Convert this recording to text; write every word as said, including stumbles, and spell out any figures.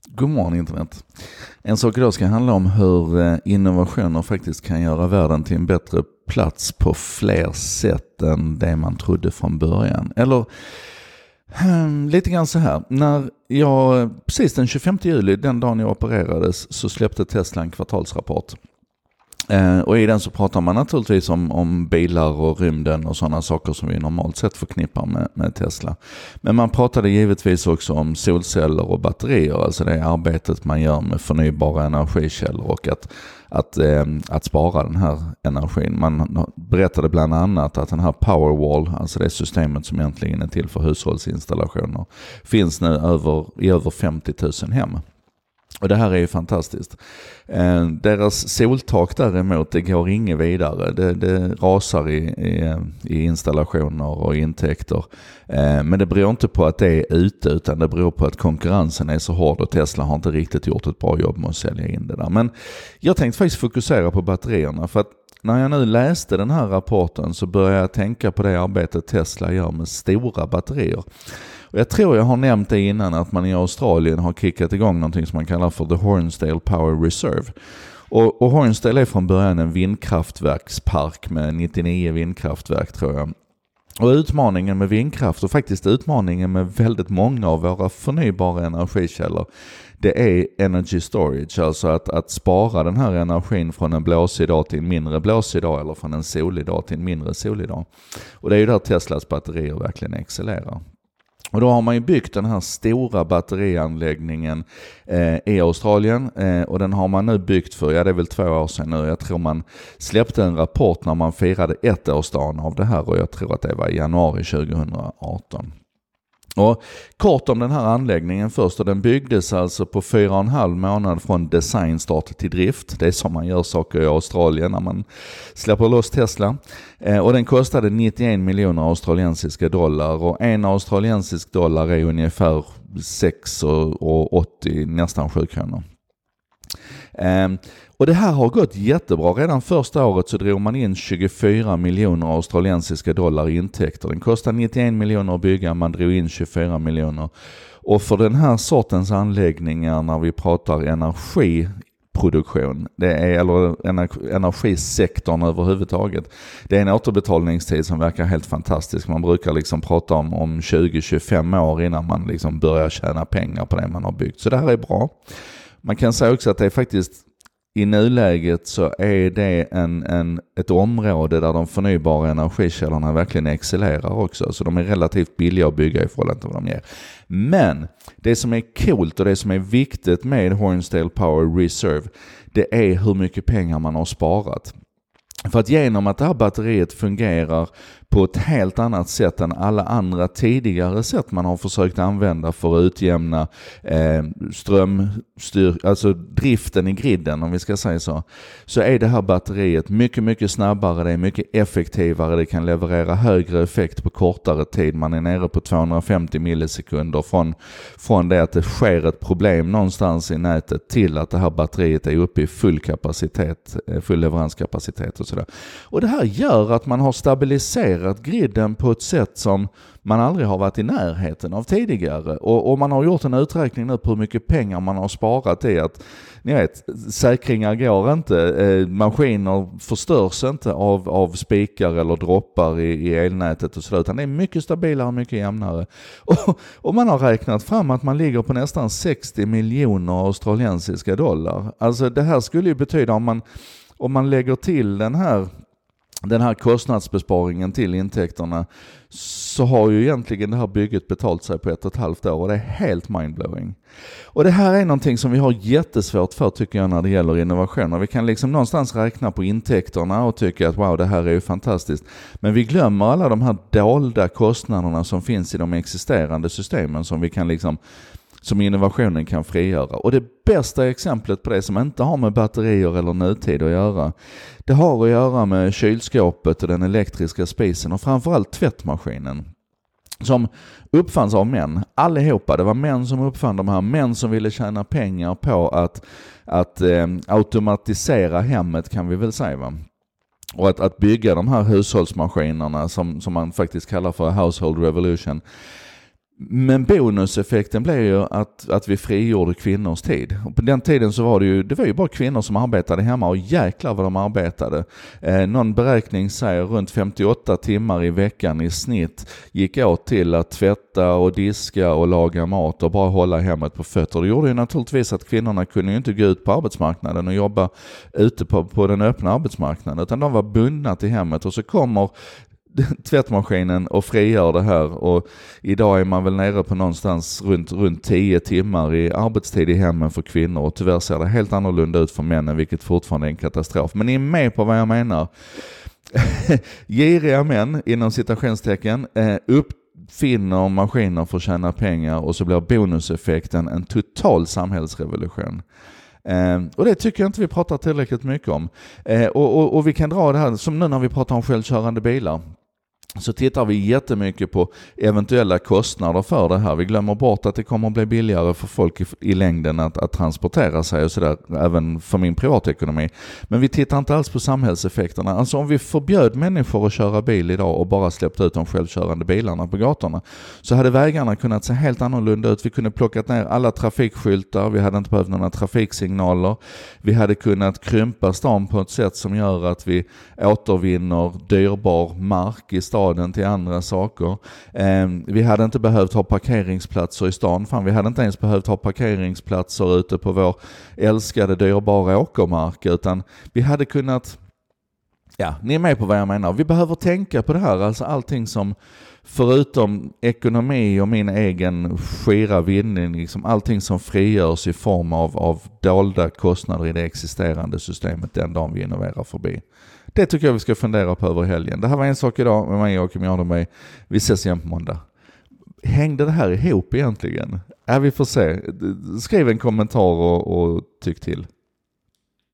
God morgon internet. En sak idag ska handla om hur innovationer faktiskt kan göra världen till en bättre plats på fler sätt än det man trodde från början. Eller hmm, lite grann så här. När jag, precis den tjugofemte juli, den dagen jag opererades, så släppte Tesla en kvartalsrapport. Eh, och i den så pratar man naturligtvis om, om bilar och rymden och sådana saker som vi normalt sett förknippar med, med Tesla. Men man pratade givetvis också om solceller och batterier, alltså det arbetet man gör med förnybara energikällor och att, att, eh, att spara den här energin. Man berättade bland annat att den här Powerwall, alltså det systemet som egentligen är till för hushållsinstallationer, finns nu över, i över femtio tusen hem. Och det här är ju fantastiskt. Eh, deras soltak däremot, det går inget vidare. Det, det rasar i, i, i installationer och intäkter. Eh, men det beror inte på att det är ute, utan det beror på att konkurrensen är så hård och Tesla har inte riktigt gjort ett bra jobb med att sälja in det där. Men jag tänkte faktiskt fokusera på batterierna, för att när jag nu läste den här rapporten så började jag tänka på det arbetet Tesla gör med stora batterier. Och jag tror jag har nämnt det innan att man i Australien har kickat igång någonting som man kallar för The Hornsdale Power Reserve. Och, och Hornsdale är från början en vindkraftverkspark med nittionio vindkraftverk, tror jag. Och utmaningen med vindkraft och faktiskt utmaningen med väldigt många av våra förnybara energikällor, det är energy storage, alltså att, att spara den här energin från en blåsig dag till en mindre blåsig dag eller från en solig dag till en mindre solig dag. Och det är ju där Teslas batterier verkligen excellerar. Och då har man ju byggt den här stora batterianläggningen eh, i Australien eh, och den har man nu byggt för, ja det är väl två år sedan nu. Jag tror man släppte en rapport när man firade ett årsdagen av det här och jag tror att det var i januari tjugohundraarton. Och kort om den här anläggningen först, och den byggdes alltså på fyra och en halv månad från designstart till drift. Det är som man gör saker i Australien när man släpper loss Tesla. Eh, och den kostade nittioen miljoner australiensiska dollar, och en australiensisk dollar är ungefär sex och åttio, nästan sju kronor. Eh, och det här har gått jättebra. Redan första året så drog man in tjugofyra miljoner australiensiska dollar i intäkter. Den kostar nittioen miljoner att bygga, man drog in tjugofyra miljoner. Och för den här sortens anläggningar, när vi pratar energiproduktion, det är, eller energisektorn överhuvudtaget, det är en återbetalningstid som verkar helt fantastisk. Man brukar liksom prata om, om tjugo till tjugofem år innan man liksom börjar tjäna pengar på det man har byggt. Så det här är bra. Man kan säga också att det är faktiskt i nuläget så är det en, en, ett område där de förnybara energikällorna verkligen excellerar också. Så de är relativt billiga att bygga i förhållande till vad de ger. Men det som är coolt och det som är viktigt med Hornsdale Power Reserve, det är hur mycket pengar man har sparat. För att genom att det här batteriet fungerar på ett helt annat sätt än alla andra tidigare sätt man har försökt använda för att utjämna eh, strömstyr, alltså driften i griden, om vi ska säga så, så är det här batteriet mycket, mycket snabbare, det är mycket effektivare, det kan leverera högre effekt på kortare tid. Man är nere på tvåhundrafemtio millisekunder från, från det att det sker ett problem någonstans i nätet till att det här batteriet är uppe i full kapacitet, full leveranskapacitet och sådär. Och det här gör att man har stabiliserat griden på ett sätt som man aldrig har varit i närheten av tidigare. Och, och man har gjort en uträkning nu på hur mycket pengar man har sparat i att, ni vet, säkringar går inte, eh, maskiner förstörs inte av, av spikar eller droppar i, i elnätet och sådär, utan det är mycket stabilare och mycket jämnare. Och, och man har räknat fram att man ligger på nästan sextio miljoner australiensiska dollar. Alltså det här skulle ju betyda, om man, om man lägger till den här den här kostnadsbesparingen till intäkterna, så har ju egentligen det här bygget betalt sig på ett och ett halvt år, och det är helt mindblowing. Och det här är någonting som vi har jättesvårt för, tycker jag, när det gäller innovationer. Vi kan liksom någonstans räkna på intäkterna och tycka att wow, det här är ju fantastiskt. Men vi glömmer alla de här dolda kostnaderna som finns i de existerande systemen som vi kan liksom som innovationen kan frigöra. Och det bästa exemplet på det, som inte har med batterier eller nutid att göra, det har att göra med kylskåpet och den elektriska spisen och framförallt tvättmaskinen, som uppfanns av män. Allihopa, det var män som uppfann de här, män som ville tjäna pengar på att, att eh, automatisera hemmet, kan vi väl säga, va? Och att, att bygga de här hushållsmaskinerna som, som man faktiskt kallar för household revolution. Men bonuseffekten blev ju att, att vi frigjorde kvinnors tid. Och på den tiden så var det ju, det var ju bara kvinnor som arbetade hemma, och jäklar vad de arbetade. Eh, någon beräkning säger runt femtioåtta timmar i veckan i snitt gick åt till att tvätta och diska och laga mat och bara hålla hemmet på fötter. Det gjorde ju naturligtvis att kvinnorna kunde ju inte gå ut på arbetsmarknaden och jobba ute på, på den öppna arbetsmarknaden, utan de var bundna till hemmet. Och så kommer tvättmaskinen och frigör det här, och idag är man väl nere på någonstans runt, runt tio timmar i arbetstid i hemmen för kvinnor, och tyvärr ser det helt annorlunda ut för männen, vilket fortfarande är en katastrof. Men ni är med på vad jag menar. Giriga män inom citationstecken eh, uppfinner maskiner för att tjäna pengar, och så blir bonuseffekten en total samhällsrevolution. Eh, och det tycker jag inte vi pratar tillräckligt mycket om. Eh, och, och, och vi kan dra det här, som nu när vi pratar om självkörande bilar, så tittar vi jättemycket på eventuella kostnader för det här. Vi glömmer bort att det kommer att bli billigare för folk i, i längden att, att transportera sig och sådär, även för min privatekonomi. Men vi tittar inte alls på samhällseffekterna. Alltså om vi förbjöd människor att köra bil idag och bara släppte ut de självkörande bilarna på gatorna, så hade vägarna kunnat se helt annorlunda ut. Vi kunde plockat ner alla trafikskyltar, vi hade inte behövt några trafiksignaler. Vi hade kunnat krympa stan på ett sätt som gör att vi återvinner dyrbar mark i staden till andra saker. Eh, vi hade inte behövt ha parkeringsplatser i stan. Fan, vi hade inte ens behövt ha parkeringsplatser ute på vår älskade dyrbara åkermark, utan vi hade kunnat, ja, ni är med på vad jag menar. Vi behöver tänka på det här, alltså allting som förutom ekonomi och min egen skira vinning, liksom allting som frigörs i form av, av dolda kostnader i det existerande systemet den dagen vi innoverar förbi. Det tycker jag vi ska fundera på över helgen. Det här var en sak idag med mig och Joakim Jardenberg. Vi ses igen på måndag. Hängde det här ihop egentligen? Ja, vi får se. Skriv en kommentar och, och tyck till.